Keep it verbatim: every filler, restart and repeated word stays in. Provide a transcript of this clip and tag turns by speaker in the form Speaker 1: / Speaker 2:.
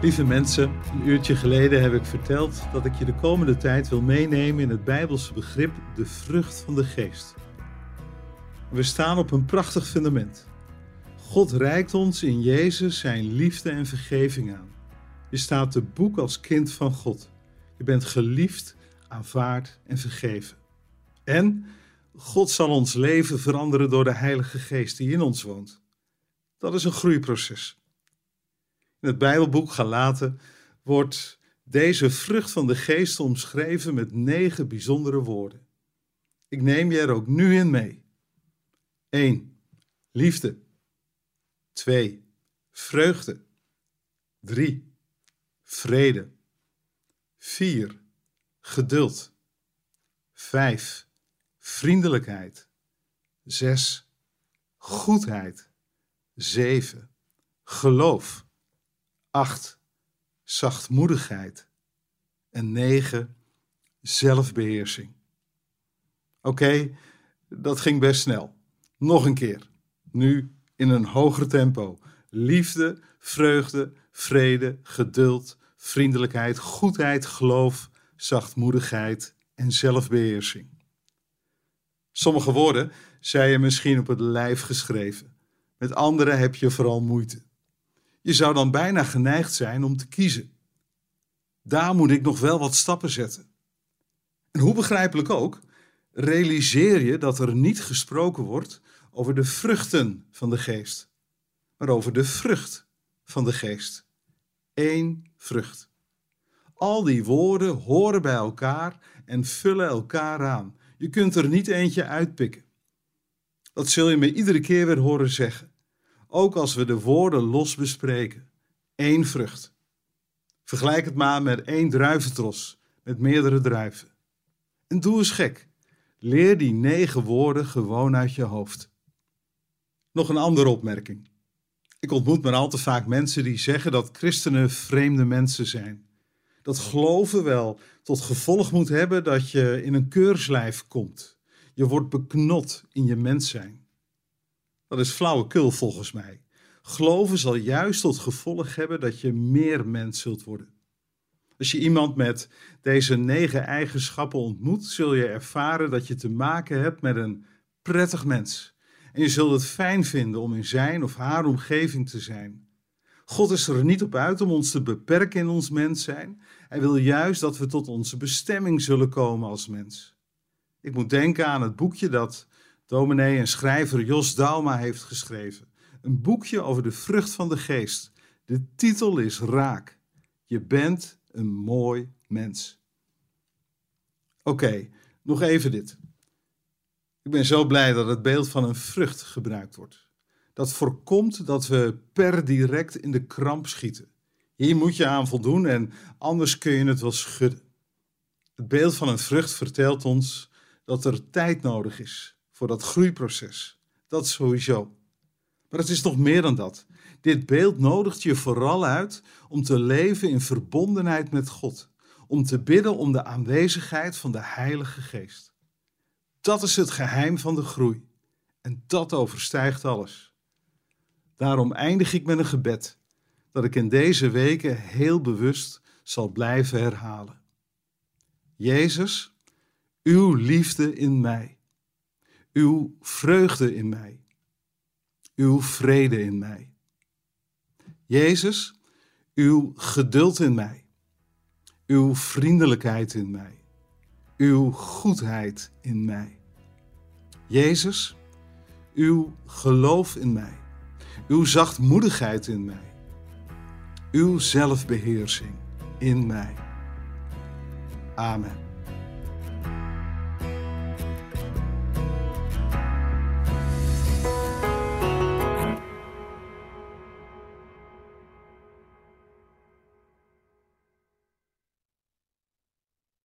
Speaker 1: Lieve mensen, een uurtje geleden heb ik verteld dat ik je de komende tijd wil meenemen in het Bijbelse begrip de vrucht van de geest. We staan op een prachtig fundament. God reikt ons in Jezus zijn liefde en vergeving aan. Je staat te boek als kind van God. Je bent geliefd, aanvaard en vergeven. En God zal ons leven veranderen door de Heilige Geest die in ons woont. Dat is een groeiproces. In het Bijbelboek Galaten wordt deze vrucht van de geest omschreven met negen bijzondere woorden. Ik neem je er ook nu in mee. één. Liefde. twee. Vreugde. drie. Vrede. vier. Geduld. vijf. Vriendelijkheid. zes. Goedheid. zeven. Geloof. acht. Zachtmoedigheid. En negen. Zelfbeheersing. Oké, okay, dat ging best snel. Nog een keer. Nu in een hoger tempo. Liefde, vreugde, vrede, geduld, vriendelijkheid, goedheid, geloof, zachtmoedigheid en zelfbeheersing. Sommige woorden zijn je misschien op het lijf geschreven. Met andere heb je vooral moeite. Je zou dan bijna geneigd zijn om te kiezen. Daar moet ik nog wel wat stappen zetten. En hoe begrijpelijk ook, realiseer je dat er niet gesproken wordt over de vruchten van de geest, maar over de vrucht van de geest. Eén vrucht. Al die woorden horen bij elkaar en vullen elkaar aan. Je kunt er niet eentje uitpikken. Dat zul je me iedere keer weer horen zeggen. Ook als we de woorden los bespreken. Eén vrucht. Vergelijk het maar met één druiventros met meerdere druiven. En doe eens gek. Leer die negen woorden gewoon uit je hoofd. Nog een andere opmerking. Ik ontmoet maar al te vaak mensen die zeggen dat christenen vreemde mensen zijn. Dat geloven wel tot gevolg moet hebben dat je in een keurslijf komt. Je wordt beknot in je mens zijn. Dat is flauwekul volgens mij. Geloven zal juist tot gevolg hebben dat je meer mens zult worden. Als je iemand met deze negen eigenschappen ontmoet, zul je ervaren dat je te maken hebt met een prettig mens. En je zult het fijn vinden om in zijn of haar omgeving te zijn. God is er niet op uit om ons te beperken in ons mens zijn. Hij wil juist dat we tot onze bestemming zullen komen als mens. Ik moet denken aan het boekje dat dominee en schrijver Jos Dauma heeft geschreven. Een boekje over de vrucht van de geest. De titel is Raak. Je bent een mooi mens. Oké, okay, nog even dit. Ik ben zo blij dat het beeld van een vrucht gebruikt wordt. Dat voorkomt dat we per direct in de kramp schieten. Hier moet je aan voldoen en anders kun je het wel schudden. Het beeld van een vrucht vertelt ons dat er tijd nodig is voor dat groeiproces. Dat sowieso. Maar het is nog meer dan dat. Dit beeld nodigt je vooral uit om te leven in verbondenheid met God. Om te bidden om de aanwezigheid van de Heilige Geest. Dat is het geheim van de groei. En dat overstijgt alles. Daarom eindig ik met een gebed dat ik in deze weken heel bewust zal blijven herhalen. Jezus, uw liefde in mij. Uw vreugde in mij. Uw vrede in mij. Jezus, uw geduld in mij. Uw vriendelijkheid in mij. Uw goedheid in mij. Jezus, uw geloof in mij. Uw zachtmoedigheid in mij. Uw zelfbeheersing in mij. Amen.